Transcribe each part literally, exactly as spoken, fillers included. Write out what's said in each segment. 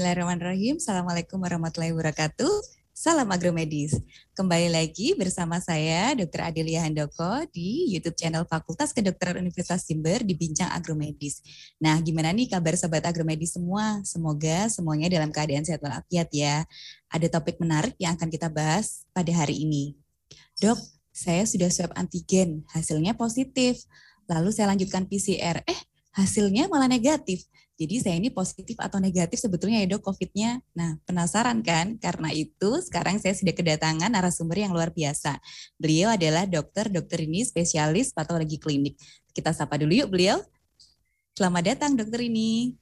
Bismillahirrahmanirrahim. Assalamualaikum warahmatullahi wabarakatuh. Salam agromedis. Kembali lagi bersama saya dokter Adelia Handoko di YouTube channel Fakultas Kedokteran Universitas Jember di Bincang Agromedis. Nah, gimana nih kabar sobat agromedis semua? Semoga semuanya dalam keadaan sehat walafiat ya. Ada topik menarik yang akan kita bahas pada hari ini. Dok, saya sudah swab antigen, hasilnya positif. Lalu saya lanjutkan P C R, eh hasilnya malah negatif. Jadi saya ini positif atau negatif sebetulnya ya dok COVID-nya. Nah penasaran kan? Karena itu sekarang saya sudah kedatangan narasumber yang luar biasa. Beliau adalah dokter, dokter ini spesialis patologi klinik. Kita sapa dulu yuk beliau. Selamat datang dokter ini.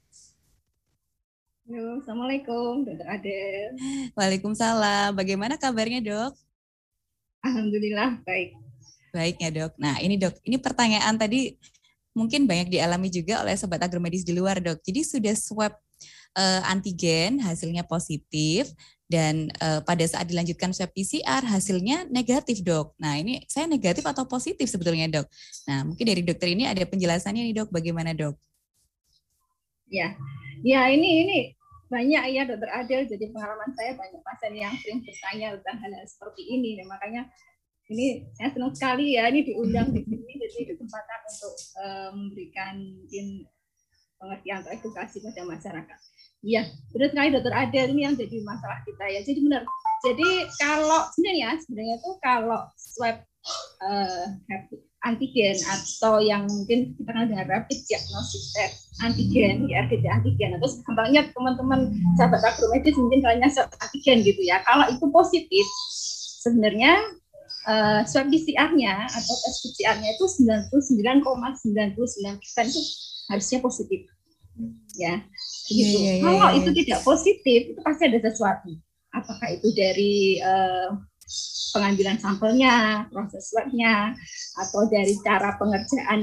Halo, Assalamualaikum dokter Adel. Waalaikumsalam. Bagaimana kabarnya dok? Alhamdulillah baik. Baik ya dok. Nah ini dok, ini pertanyaan tadi mungkin banyak dialami juga oleh sobat agromedis di luar dok. Jadi sudah swab uh, antigen hasilnya positif dan uh, pada saat dilanjutkan swab P C R hasilnya negatif dok. Nah ini saya negatif atau positif sebetulnya dok. Nah mungkin dari dokter ini ada penjelasannya nih dok, bagaimana dok? Ya, ya ini ini banyak ya dokter Adel. Jadi pengalaman saya banyak pasien yang sering bertanya tentang hal-hal seperti ini. Dan makanya ini saya senang sekali ya ini diundang di sini, jadi kesempatan untuk uh, memberikan mungkin pengertian atau edukasi pada masyarakat. Iya, benar sekali dokter Adel, ini yang jadi masalah kita ya. Jadi benar. Jadi kalau sebenarnya sebenarnya itu kalau swab uh, antigen atau yang mungkin kita kenal dengan rapid diagnosis test antigen, ya R D T antigen, atau gampangnya teman-teman sahabat agromedis mungkin kalian swab antigen gitu ya. Kalau itu positif, sebenarnya Uh, swab P C R-nya atau tes P C R-nya itu sembilan puluh sembilan koma sembilan puluh sembilan persen itu harusnya positif. Ya, begitu. Yeah, yeah, yeah, Kalau yeah. itu tidak positif, itu pasti ada sesuatu. Apakah itu dari uh, pengambilan sampelnya, proses swab-nya, atau dari cara pengerjaan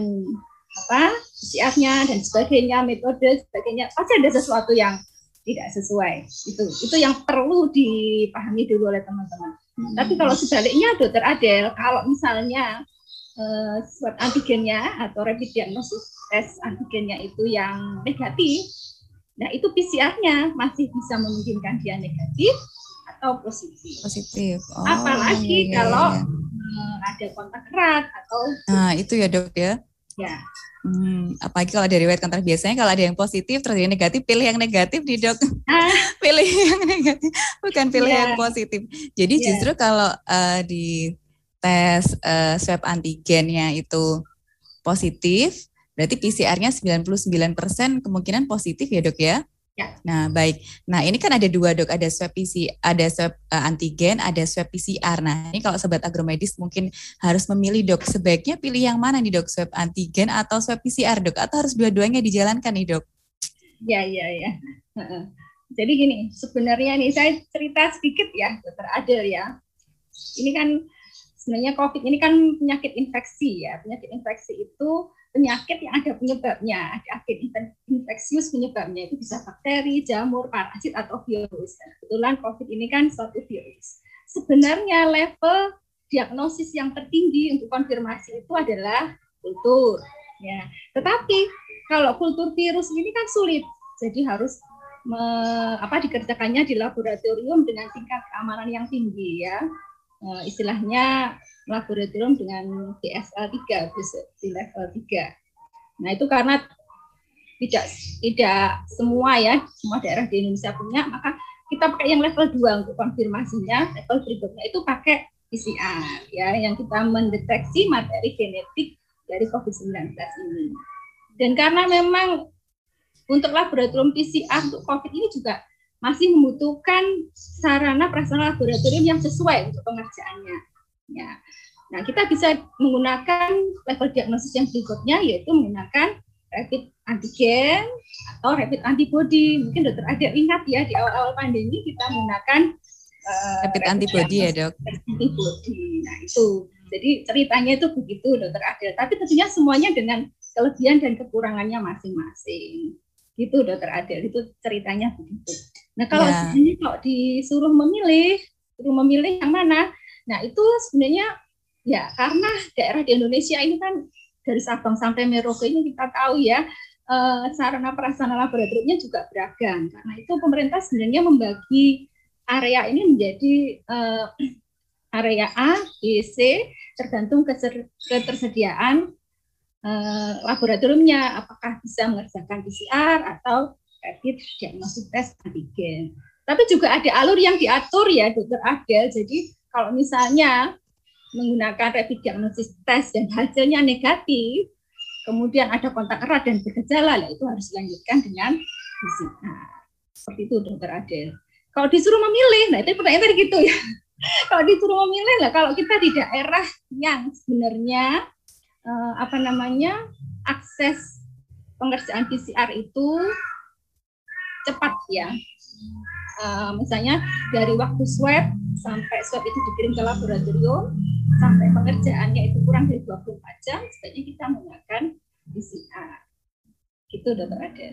apa P C R-nya dan sebagainya, metode sebagainya, pasti ada sesuatu yang tidak sesuai. Itu itu yang perlu dipahami dulu oleh teman-teman. Hmm. Tapi kalau sebaliknya dokter Adel, kalau misalnya uh, swab antigennya atau rapid diagnosis tes antigennya itu yang negatif, nah itu P C R-nya masih bisa memungkinkan dia negatif atau positif. Positif. Oh, apalagi iya, kalau iya. Uh, ada kontak erat atau. Nah itu ya dok ya. Ya. Hmm, apalagi kalau dari riwayat kontak, biasanya kalau ada yang positif terus yang negatif, pilih yang negatif di dok. Ah. Pilih yang negatif, bukan pilih yeah. yang positif. Jadi yeah. justru kalau uh, di tes uh, swab antigennya itu positif, berarti P C R-nya sembilan puluh sembilan persen kemungkinan positif ya dok ya? Ya. Nah baik, nah ini kan ada dua dok, ada swab P C, ada swab uh, antigen, ada swab P C R. Nah ini kalau sobat agromedis mungkin harus memilih dok, sebaiknya pilih yang mana nih dok, swab antigen atau swab P C R dok, atau harus dua-duanya dijalankan nih dok? Ya ya ya. Jadi gini, sebenarnya nih saya cerita sedikit ya dokter Adel ya. Ini kan sebenarnya COVID ini kan penyakit infeksi ya, penyakit infeksi itu penyakit yang ada penyebabnya, ada agent infeksius penyebabnya, itu bisa bakteri, jamur, parasit, atau virus. Kebetulan COVID ini kan suatu virus. Sebenarnya level diagnosis yang tertinggi untuk konfirmasi itu adalah kultur. Ya. Tetapi kalau kultur virus ini kan sulit, jadi harus me, apa, dikerjakannya di laboratorium dengan tingkat keamanan yang tinggi ya. E, istilahnya laboratorium dengan D S L tiga, di level tiga. Nah itu karena tidak tidak semua ya, semua daerah di Indonesia punya, maka kita pakai yang level dua untuk konfirmasinya. Level berikutnya itu pakai P C R ya, yang kita mendeteksi materi genetik dari COVID sembilan belas ini. Dan karena memang untuk laboratorium P C R untuk COVID ini juga masih membutuhkan sarana prasarana laboratorium yang sesuai untuk pengerjaannya. Ya. Nah, kita bisa menggunakan level diagnosis yang berikutnya, yaitu menggunakan rapid antigen atau rapid antibody. Mungkin dokter Adel ingat ya, di awal-awal pandemi kita menggunakan uh, rapid, rapid antibody ya dok. Antibody. Nah itu, jadi ceritanya itu begitu dokter Adel. Tapi tentunya semuanya dengan kelebihan dan kekurangannya masing-masing. Gitu dokter Adel, itu ceritanya begitu. Nah kalau yeah. sebenarnya kalau disuruh memilih, suruh memilih yang mana? Nah itu sebenarnya ya karena daerah di Indonesia ini kan dari Sabang sampai Merauke ini kita tahu ya uh, sarana prasarana laboratoriumnya juga beragam. Karena itu pemerintah sebenarnya membagi area ini menjadi uh, area A, B, C, tergantung ketersediaan uh, laboratoriumnya, apakah bisa mengerjakan P C R atau rapid diagnostic test antigen. Tapi juga ada alur yang diatur ya, Dokter Adel. Jadi kalau misalnya menggunakan rapid diagnostic test dan hasilnya negatif, kemudian ada kontak erat dan bergejala, itu harus dilanjutkan dengan P C R. Seperti itu, Dokter Adel. Kalau disuruh memilih, nah itu pertanyaan tadi gitu ya. Kalau disuruh memilih lah, kalau kita di daerah yang sebenarnya eh, apa namanya akses pengerjaan P C R itu cepat ya. Uh, misalnya dari waktu swab sampai swab itu dikirim ke laboratorium sampai pengerjaannya itu kurang dari dua puluh empat jam, sebaiknya kita menggunakan P C R. Gitu, Dokter Adel.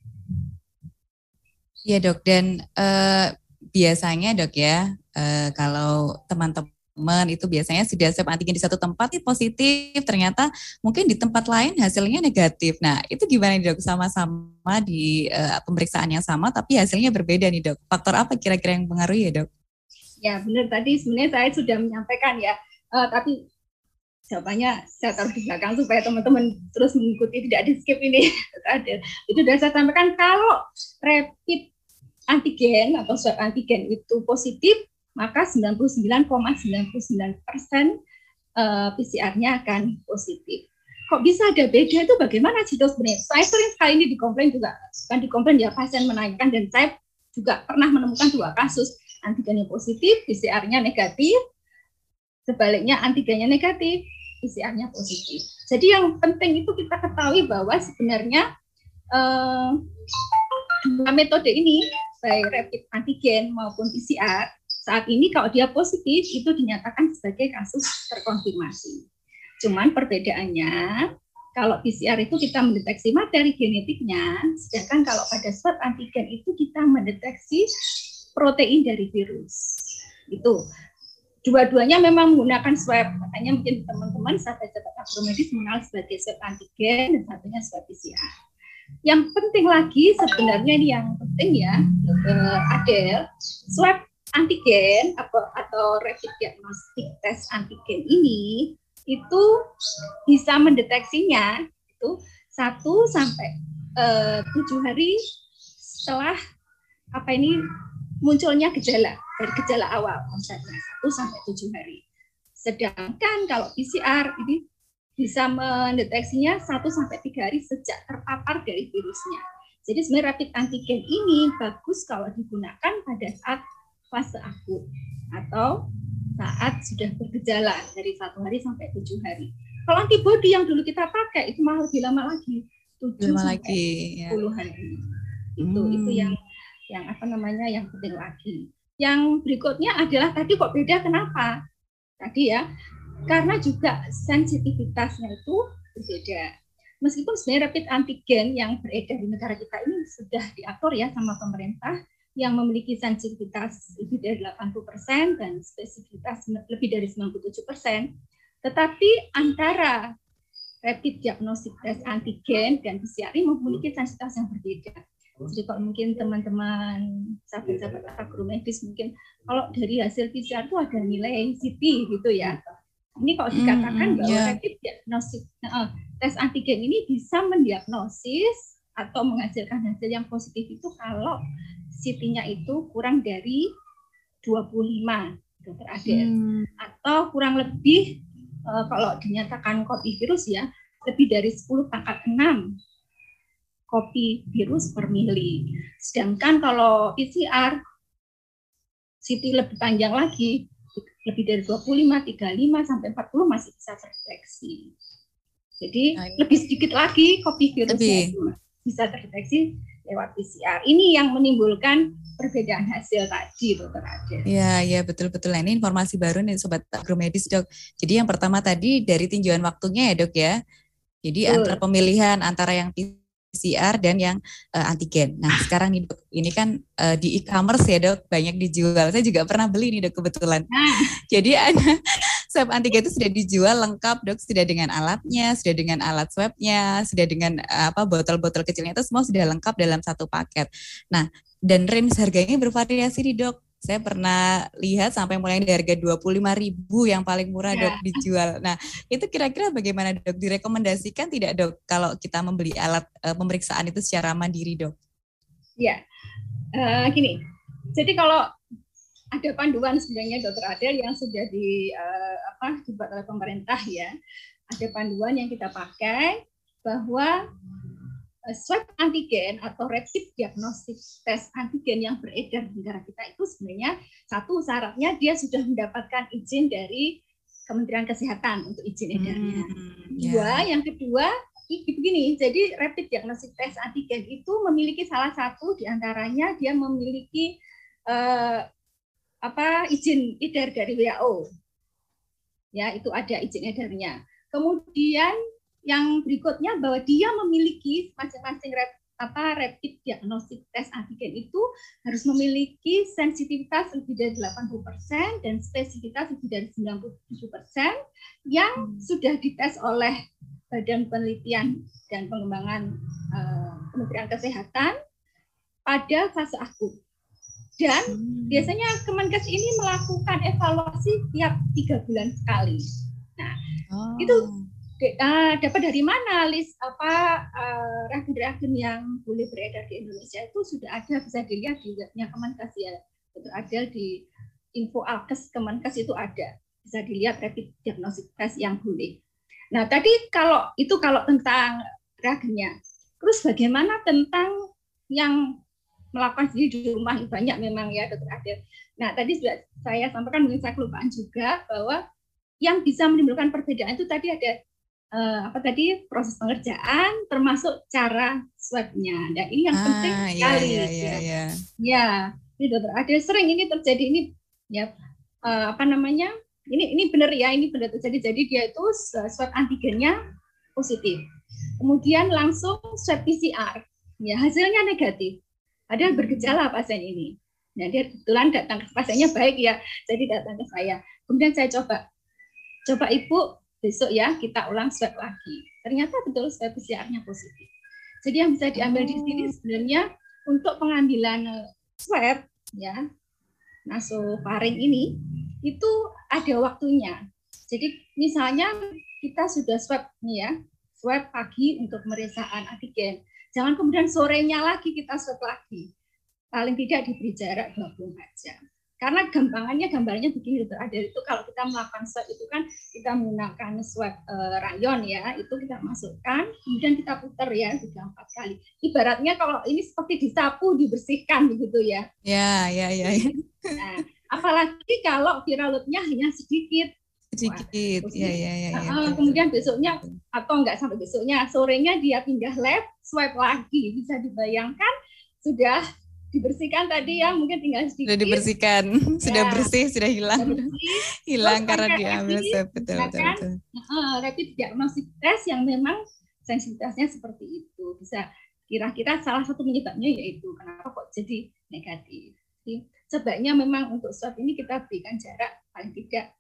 Iya, Dok. Dan uh, biasanya, Dok ya, uh, kalau teman-teman itu biasanya sudah swab antigen di satu tempat itu positif, ternyata mungkin di tempat lain hasilnya negatif. Nah, itu gimana nih, Dok? Sama-sama di uh, pemeriksaan yang sama tapi hasilnya berbeda nih, Dok. Faktor apa kira-kira yang mempengaruhi ya, Dok? Ya, benar, tadi sebenarnya saya sudah menyampaikan ya, uh, tapi jawabannya saya taruh di belakang supaya teman-teman terus mengikuti, tidak di skip ini. Itu sudah saya sampaikan, kalau rapid antigen atau swab antigen itu positif, maka sembilan puluh sembilan koma sembilan puluh sembilan persen P C R-nya akan positif. Kok bisa ada beda itu bagaimana sih, Dok? Sebenarnya saya sering sekali ini dikomplain juga, kan dikomplain ya pasien menanyakan, dan saya juga pernah menemukan dua kasus, antigennya positif, P C R-nya negatif, sebaliknya antigennya negatif, P C R-nya positif. Jadi yang penting itu kita ketahui bahwa sebenarnya eh, dua metode ini, baik rapid antigen maupun P C R, saat ini kalau dia positif itu dinyatakan sebagai kasus terkonfirmasi. Cuman perbedaannya, kalau P C R itu kita mendeteksi materi genetiknya, sedangkan kalau pada swab antigen itu kita mendeteksi protein dari virus. Itu. Dua-duanya memang menggunakan swab, makanya mungkin teman-teman sahabat-sahabat agromedis mengenal sebagai swab antigen dan satunya swab P C R. Yang penting lagi sebenarnya ini yang penting ya, Dokter Adel, swab antigen atau, atau rapid diagnostic test antigen ini itu bisa mendeteksinya itu satu sampai tujuh hari setelah apa ini munculnya gejala, dari gejala awal misalnya satu sampai tujuh hari. Sedangkan kalau P C R ini bisa mendeteksinya satu sampai tiga hari sejak terpapar dari virusnya. Jadi sebenarnya rapid antigen ini bagus kalau digunakan pada saat fase akut atau saat sudah bergejala dari satu hari sampai tujuh hari. Kalau antibodi yang dulu kita pakai itu malah lebih lama lagi, tujuh sampai sepuluh hari. Itu hmm. itu yang yang apa namanya yang penting lagi. Yang berikutnya adalah tadi kok beda, kenapa? Tadi ya, karena juga sensitivitasnya itu berbeda. Meskipun sebenarnya rapid antigen yang beredar di negara kita ini sudah diatur ya sama pemerintah, yang memiliki sensitivitas lebih dari delapan puluh persen dan spesifitas lebih dari sembilan puluh tujuh persen. Tetapi antara rapid diagnostic test antigen dan P C R ini memiliki sensitivitas yang berbeda. Jadi kalau mungkin teman-teman sahabat-sahabat agromedis mungkin kalau dari hasil P C R itu ada nilai C T gitu ya. Ini kalau dikatakan hmm, bahwa yeah. rapid diagnostic uh, tes antigen ini bisa mendiagnosis atau menghasilkan hasil yang positif itu kalau C T-nya itu kurang dari dua puluh lima, Dokter Adel. Hmm. Atau kurang lebih, uh, kalau dinyatakan kopi virus ya, lebih dari sepuluh pangkat enam kopi virus per mili. Sedangkan kalau P C R, C T lebih panjang lagi, lebih dari dua puluh lima, tiga puluh lima, sampai empat puluh masih bisa terdeteksi. Jadi nah, lebih sedikit lagi kopi virusnya itu bisa terdeteksi lewat P C R. Ini yang menimbulkan perbedaan hasil tadi, Dokter Adel. Iya, iya betul-betul. Ini informasi baru nih Sobat Agromedis, Dok. Jadi yang pertama tadi dari tinjauan waktunya ya, Dok ya. Jadi betul. Antara pemilihan antara yang P C R dan yang uh, antigen. Nah sekarang nih Dok, ini kan uh, di e-commerce ya Dok, banyak dijual. Saya juga pernah beli nih Dok kebetulan. Nah. Jadi ada swab antigen itu sudah dijual lengkap dok, sudah dengan alatnya, sudah dengan alat swabnya, sudah dengan apa botol-botol kecilnya itu semua sudah lengkap dalam satu paket. Nah, dan range harganya bervariasi nih dok. Saya pernah lihat sampai mulai dari harga dua puluh lima ribu yang paling murah dok dijual. Nah, itu kira-kira bagaimana dok? Direkomendasikan tidak dok kalau kita membeli alat uh, pemeriksaan itu secara mandiri dok? Ya, uh, gini. Jadi kalau ada panduan sebenarnya dokter Adel yang sudah di uh, apa dibuat oleh pemerintah ya. Ada panduan yang kita pakai bahwa swab antigen atau rapid diagnostic test antigen yang beredar di negara kita itu sebenarnya satu syaratnya dia sudah mendapatkan izin dari Kementerian Kesehatan untuk izin edarnya. Hmm, yeah. Dua, yang kedua begini, jadi rapid diagnostic test antigen itu memiliki salah satu diantaranya dia memiliki eh, apa izin edar dari W H O, ya itu ada izin edarnya. Kemudian yang berikutnya bahwa dia memiliki masing-masing rap, apa rapid diagnostic test antigen itu harus memiliki sensitivitas lebih dari delapan puluh persen dan spesifitas lebih dari sembilan puluh tujuh persen yang sudah dites oleh Badan Penelitian dan Pengembangan uh, Kementerian Kesehatan pada fase akut. Dan biasanya Kemenkes ini melakukan evaluasi tiap tiga bulan sekali. Nah, oh. itu Uh, dapat dari mana list apa uh, reagen-reagen yang boleh beredar di Indonesia itu sudah ada, bisa dilihat di webnya Kemenkes ya, itu ada di info alkes Kemenkes itu ada, bisa dilihat rapid diagnostic test yang boleh. Nah tadi kalau itu kalau tentang reagennya, terus bagaimana tentang yang melakukan sendiri di rumah? Banyak memang ya dokter Adel. Nah tadi sudah saya sampaikan, mungkin saya kelupaan juga bahwa yang bisa menimbulkan perbedaan itu tadi ada Uh, apa tadi proses pengerjaan termasuk cara swabnya. Nah ini yang ah, penting iya, sekali. Iya, iya, iya. Ya, ini dokter Adel sering ini terjadi ini ya uh, apa namanya? Ini ini benar ya, ini benar terjadi. Jadi dia itu swab antigennya positif. Kemudian langsung swab P C R, ya hasilnya negatif. Padahal bergejala pasien ini. Nah dia kebetulan datang ke pasiennya baik ya, jadi datang ke saya. Kemudian saya coba, coba ibu. Besok ya kita ulang swab lagi. Ternyata betul swab P C R-nya positif. Jadi yang bisa diambil oh. di sini sebenarnya untuk pengambilan swab ya nasofaring ini itu ada waktunya. Jadi misalnya kita sudah swab nih ya, swab pagi untuk pemeriksaan antigen. Jangan kemudian sorenya lagi kita swab lagi. Paling tidak diberi jarak dua puluh empat jam. Karena gampangannya, gambarnya begini dokter Adel, itu kalau kita melakukan swab itu kan kita menggunakan swab e, rayon ya, itu kita masukkan, kemudian kita putar ya tiga empat kali. Ibaratnya kalau ini seperti disapu, dibersihkan begitu ya. Ya, ya, ya. ya. Nah, apalagi kalau viral load-nya hanya sedikit. Sedikit, ya, ya, ya. ya uh, kemudian besoknya atau enggak sampai besoknya, sorenya dia pindah lab, swab lagi, bisa dibayangkan sudah dibersihkan tadi ya, mungkin tinggal sedikit. Sudah dibersihkan, ya. Sudah bersih, sudah hilang. Bersih. Hilang terus karena diambil swab, betul, betul, betul. Uh, rapid diagnostic test yang memang sensitivitasnya seperti itu. Bisa kira-kira salah satu penyebabnya yaitu kenapa kok jadi negatif. Jadi, sebaiknya memang untuk swab ini kita berikan jarak paling tidak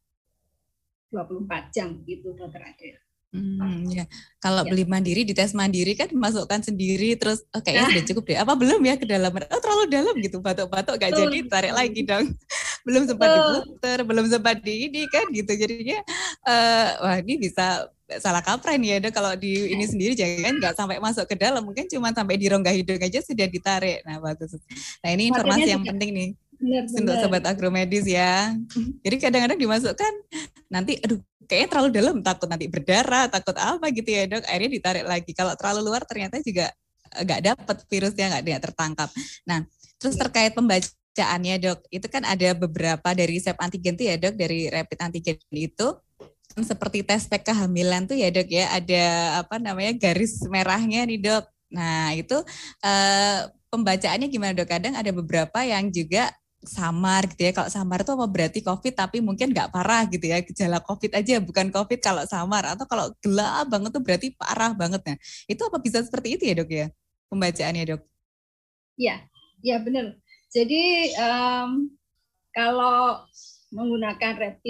dua puluh empat jam gitu dokter Adel. Hmm, ya. Kalau ya. Beli mandiri, di tes mandiri kan masukkan sendiri, terus oh, kayaknya nah. sudah cukup deh. Apa belum ya ke dalam? Oh terlalu dalam gitu, batuk-batuk gak jadi, tarik lagi dong. Belum sempat diputer, belum sempat di ini kan gitu. Jadinya, uh, wah ini bisa salah kaprah nih ya dok. Kalau di ini sendiri jangan nggak sampai masuk ke dalam, mungkin cuma sampai di rongga hidung aja sudah ditarik. Nah bagus. Nah ini informasi yang juga penting nih. Benar, untuk benar. Sobat agromedis ya. Jadi kadang-kadang dimasukkan nanti, aduh kayaknya terlalu dalam, takut nanti berdarah, takut apa gitu ya dok, akhirnya ditarik lagi. Kalau terlalu luar ternyata juga nggak dapat virusnya, nggak tertangkap. Nah terus terkait pembacaannya dok, itu kan ada beberapa dari swab antigen tuh ya dok, dari rapid antigen itu seperti tes P kehamilan tuh ya dok ya, ada apa namanya garis merahnya nih dok. Nah itu eh, pembacaannya gimana dok? Kadang ada beberapa yang juga samar gitu ya. Kalau samar itu apa berarti COVID tapi mungkin nggak parah gitu ya, gejala COVID aja bukan COVID kalau samar, atau kalau gelap banget tuh berarti parah banget. Nah itu apa bisa seperti itu ya dok ya pembacaannya dok? Ya, ya benar. Jadi um, kalau menggunakan rapid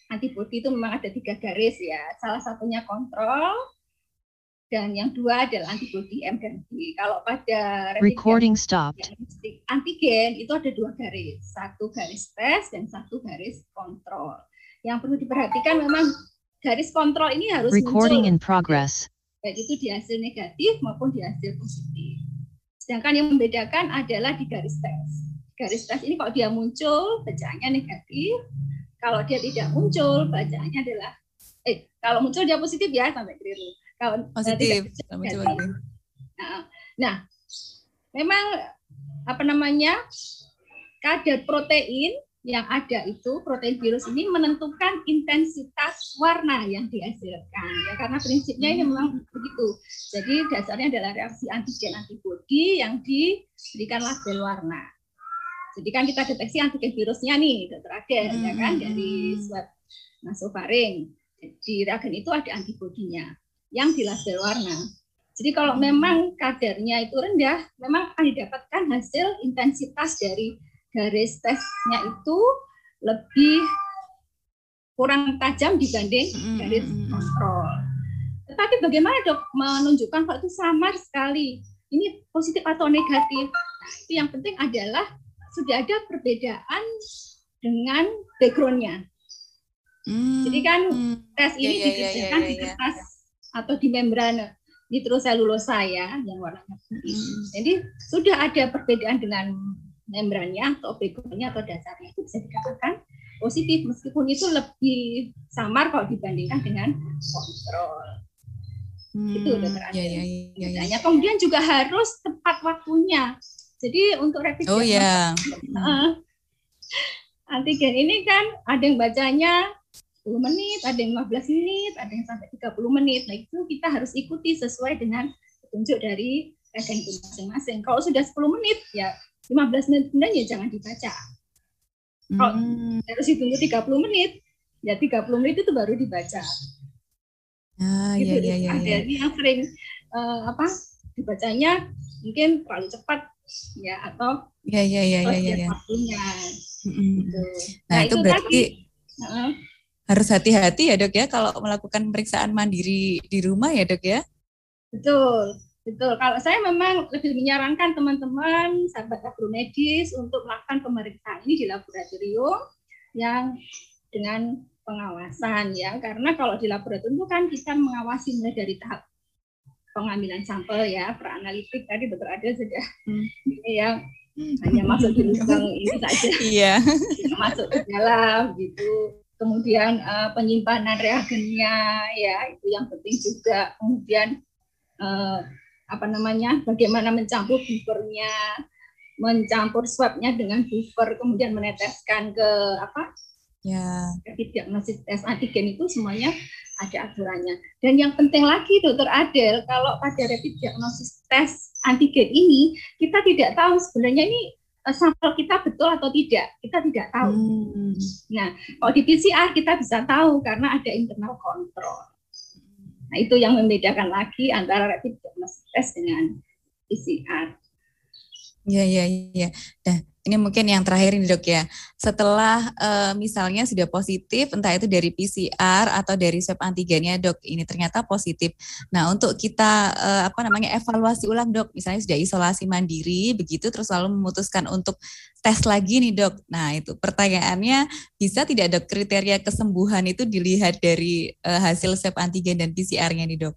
antibodi itu memang ada tiga garis ya. Salah satunya kontrol, dan yang dua adalah antibodi M dan B. Kalau pada Recording stopped. diagnostik antigen itu ada dua garis, satu garis tes dan satu garis kontrol. Yang perlu diperhatikan memang garis kontrol ini harus Recording muncul, in progress. baik itu di hasil negatif maupun di hasil positif. Sedangkan yang membedakan adalah di garis tes. Garis tes ini kalau dia muncul, bacaannya negatif. Kalau dia tidak muncul, bacaannya adalah, eh kalau muncul dia positif ya, sampai keliru. Kalau Positif. tidak Muncul, negatif. Nah, nah, memang apa namanya kadar protein yang ada itu, protein virus ini menentukan intensitas warna yang dihasilkan. Ya, karena prinsipnya ini memang begitu. Jadi dasarnya adalah reaksi antigen antibodi yang diberikan label warna. Jadi kan kita deteksi antigen virusnya nih, dokter Adel, hmm. ya kan, dari swab nasofaring. Di reagen itu ada antibodinya yang dilabel warna. Jadi kalau hmm. memang kadarnya itu rendah, memang akan didapatkan hasil intensitas dari garis tesnya itu lebih kurang tajam dibanding garis kontrol. Tetapi bagaimana dok menunjukkan kalau itu samar sekali, ini positif atau negatif? Nah, itu yang penting adalah sudah ada perbedaan dengan background-nya. Hmm. Jadi kan tes ini yeah, dikerjakan yeah, yeah, yeah, di kertas yeah. atau di membran nitroselulosa ya, yang warnanya putih. Hmm. Jadi sudah ada perbedaan dengan membrannya atau background-nya atau dasarnya, itu bisa dikatakan positif meskipun itu lebih samar kalau dibandingkan dengan kontrol. Hmm, itu dokter Adel. Ya, ya, ya, ya. Kemudian juga harus tepat waktunya. Jadi untuk rapid oh, yeah. uh, antigen ini kan ada yang bacanya sepuluh menit, ada yang lima belas menit, ada yang sampai tiga puluh menit. Nah itu kita harus ikuti sesuai dengan petunjuk dari reagen itu masing-masing. Kalau sudah sepuluh menit ya lima belas menit kemudian ya jangan dibaca. Kalau hmm. harus ditunggu tiga puluh menit, ya tiga puluh menit itu baru dibaca. Ah, gitu, iya, iya, ada iya. yang sering uh, apa dibacanya mungkin terlalu cepat ya atau ya, ya, ya, ya, ya, ya. waktunya. Mm-hmm. Gitu. Nah, nah itu, itu berarti tadi, uh, harus hati-hati ya dok ya kalau melakukan pemeriksaan mandiri di rumah ya dok ya. Betul. Betul, kalau saya memang lebih menyarankan teman-teman sahabat agromedis untuk melakukan pemeriksaan ini di laboratorium yang dengan pengawasan ya, karena kalau di laboratorium itu kan kita mengawasi mulai dari tahap pengambilan sampel ya, peranalitik tadi dokter Adel sudah hmm. yang hanya masuk di lubang ini saja, iya, masuk ke dalam gitu. Kemudian uh, penyimpanan reagennya ya itu yang penting juga. Kemudian uh, apa namanya, bagaimana mencampur buffernya, mencampur swabnya dengan buffer, kemudian meneteskan ke apa? Ya. Rapid diagnosis tes antigen itu semuanya ada aturannya. Dan yang penting lagi, dokter Adel, kalau pada rapid diagnosis tes antigen ini kita tidak tahu sebenarnya ini sampel kita betul atau tidak, kita tidak tahu. Hmm. Nah, kalau di P C R kita bisa tahu karena ada internal control. Nah, itu yang membedakan lagi antara rapid diagnosis test dengan P C R. Ya, ya, ya. Nah, ini mungkin yang terakhir ini dok ya. Setelah uh, misalnya sudah positif, entah itu dari P C R atau dari swab antigennya dok, ini ternyata positif. Nah, untuk kita uh, apa namanya evaluasi ulang dok, misalnya sudah isolasi mandiri, begitu terus lalu memutuskan untuk tes lagi nih dok. Nah, itu pertanyaannya, bisa tidak dok kriteria kesembuhan itu dilihat dari uh, hasil swab antigen dan P C R-nya nih dok?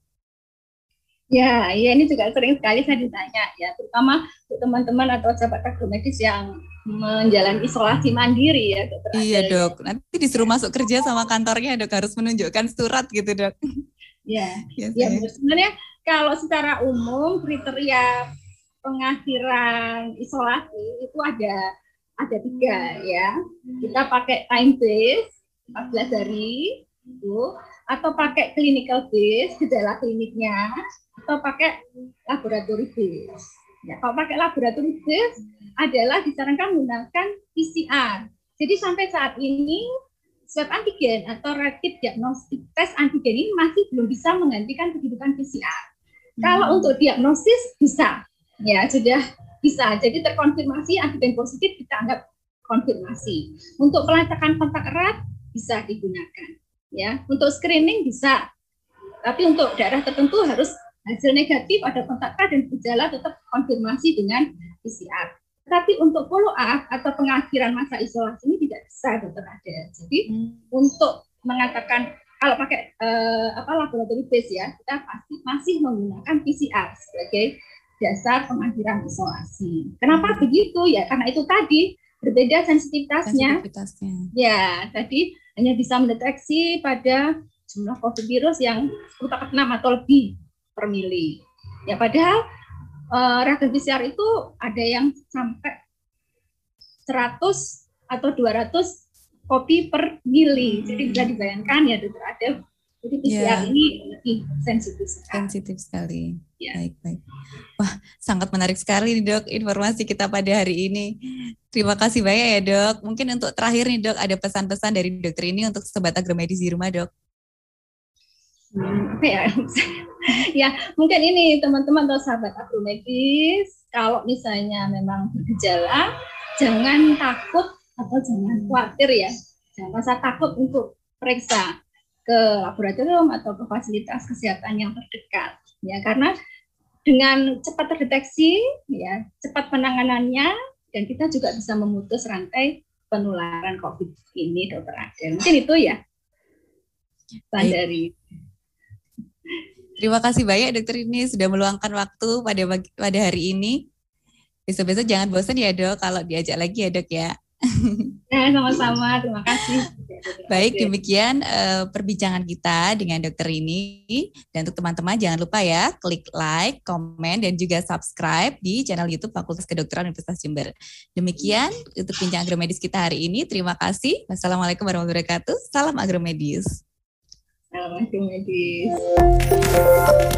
Ya, ya ini juga sering sekali saya ditanya ya, terutama untuk teman-teman atau sahabat agromedis yang menjalani isolasi mandiri ya dokter. Iya dok, nanti disuruh masuk kerja sama kantornya dok, harus menunjukkan surat gitu dok. Ya, ya, ya sebenarnya kalau secara umum kriteria pengakhiran isolasi itu ada ada tiga ya. Kita pakai time base empat belas hari itu, atau pakai clinical base gejala kliniknya, atau pakai laboratorium base. Ya, kalau pakai laboratorium base adalah disarankan menggunakan P C R. Jadi sampai saat ini swab antigen atau rapid diagnostic test antigen ini masih belum bisa menggantikan kehidupan P C R. Hmm. Kalau untuk diagnosis bisa, ya sudah bisa. Jadi terkonfirmasi antigen positif kita anggap konfirmasi. Untuk pelacakan kontak erat bisa digunakan. Ya, untuk screening bisa, tapi untuk daerah tertentu harus hasil negatif, ada kontak erat dan gejala tetap konfirmasi dengan P C R. Tapi untuk follow up atau pengakhiran masa isolasi ini tidak bisa, dokter Adel. Jadi hmm. untuk mengatakan kalau pakai eh, apa laboratorium base ya, kita pasti masih menggunakan P C R sebagai dasar pengakhiran isolasi. Kenapa hmm. begitu? Ya karena itu tadi berbeda sensitivitasnya. Sensitivitasnya. Ya, tadi hanya bisa mendeteksi pada jumlah COVID virus yang sepuluh kali enam atau lebih per mili. Ya padahal uh, reagen P C R itu ada yang sampai seratus atau dua ratus kopi per mili. Hmm. Jadi bisa dibayangkan ya dokter Adel. Jadi P C R yeah. ini lebih sensitif sekali. Sensitif sekali. Yeah. Baik, baik. Wah, sangat menarik sekali nih dok informasi kita pada hari ini. Terima kasih banyak ya dok. Mungkin untuk terakhir nih dok, ada pesan-pesan dari dokter ini untuk sobat agromedis di rumah dok. Hmm, apa ya? Ya, mungkin ini teman-teman atau sahabat agromedis, kalau misalnya memang bergejala, jangan takut atau jangan khawatir ya. Jangan rasa takut untuk periksa ke laboratorium atau ke fasilitas kesehatan yang terdekat. Ya, karena dengan cepat terdeteksi, ya, cepat penanganannya, dan kita juga bisa memutus rantai penularan COVID ini, dokter Adel. Mungkin itu ya, pesan dari. Terima kasih banyak dokter ini sudah meluangkan waktu pada pada hari ini. Besok-besok jangan bosan ya dok kalau diajak lagi ya dok ya. Ya, sama-sama, terima kasih. Baik, demikian uh, perbincangan kita dengan dokter ini. Dan untuk teman-teman jangan lupa ya, klik like, komen, dan juga subscribe di channel YouTube Fakultas Kedokteran Universitas Jember. Demikian untuk bincang agromedis kita hari ini. Terima kasih. Wassalamualaikum warahmatullahi wabarakatuh. Salam agromedis. Salam agromedis.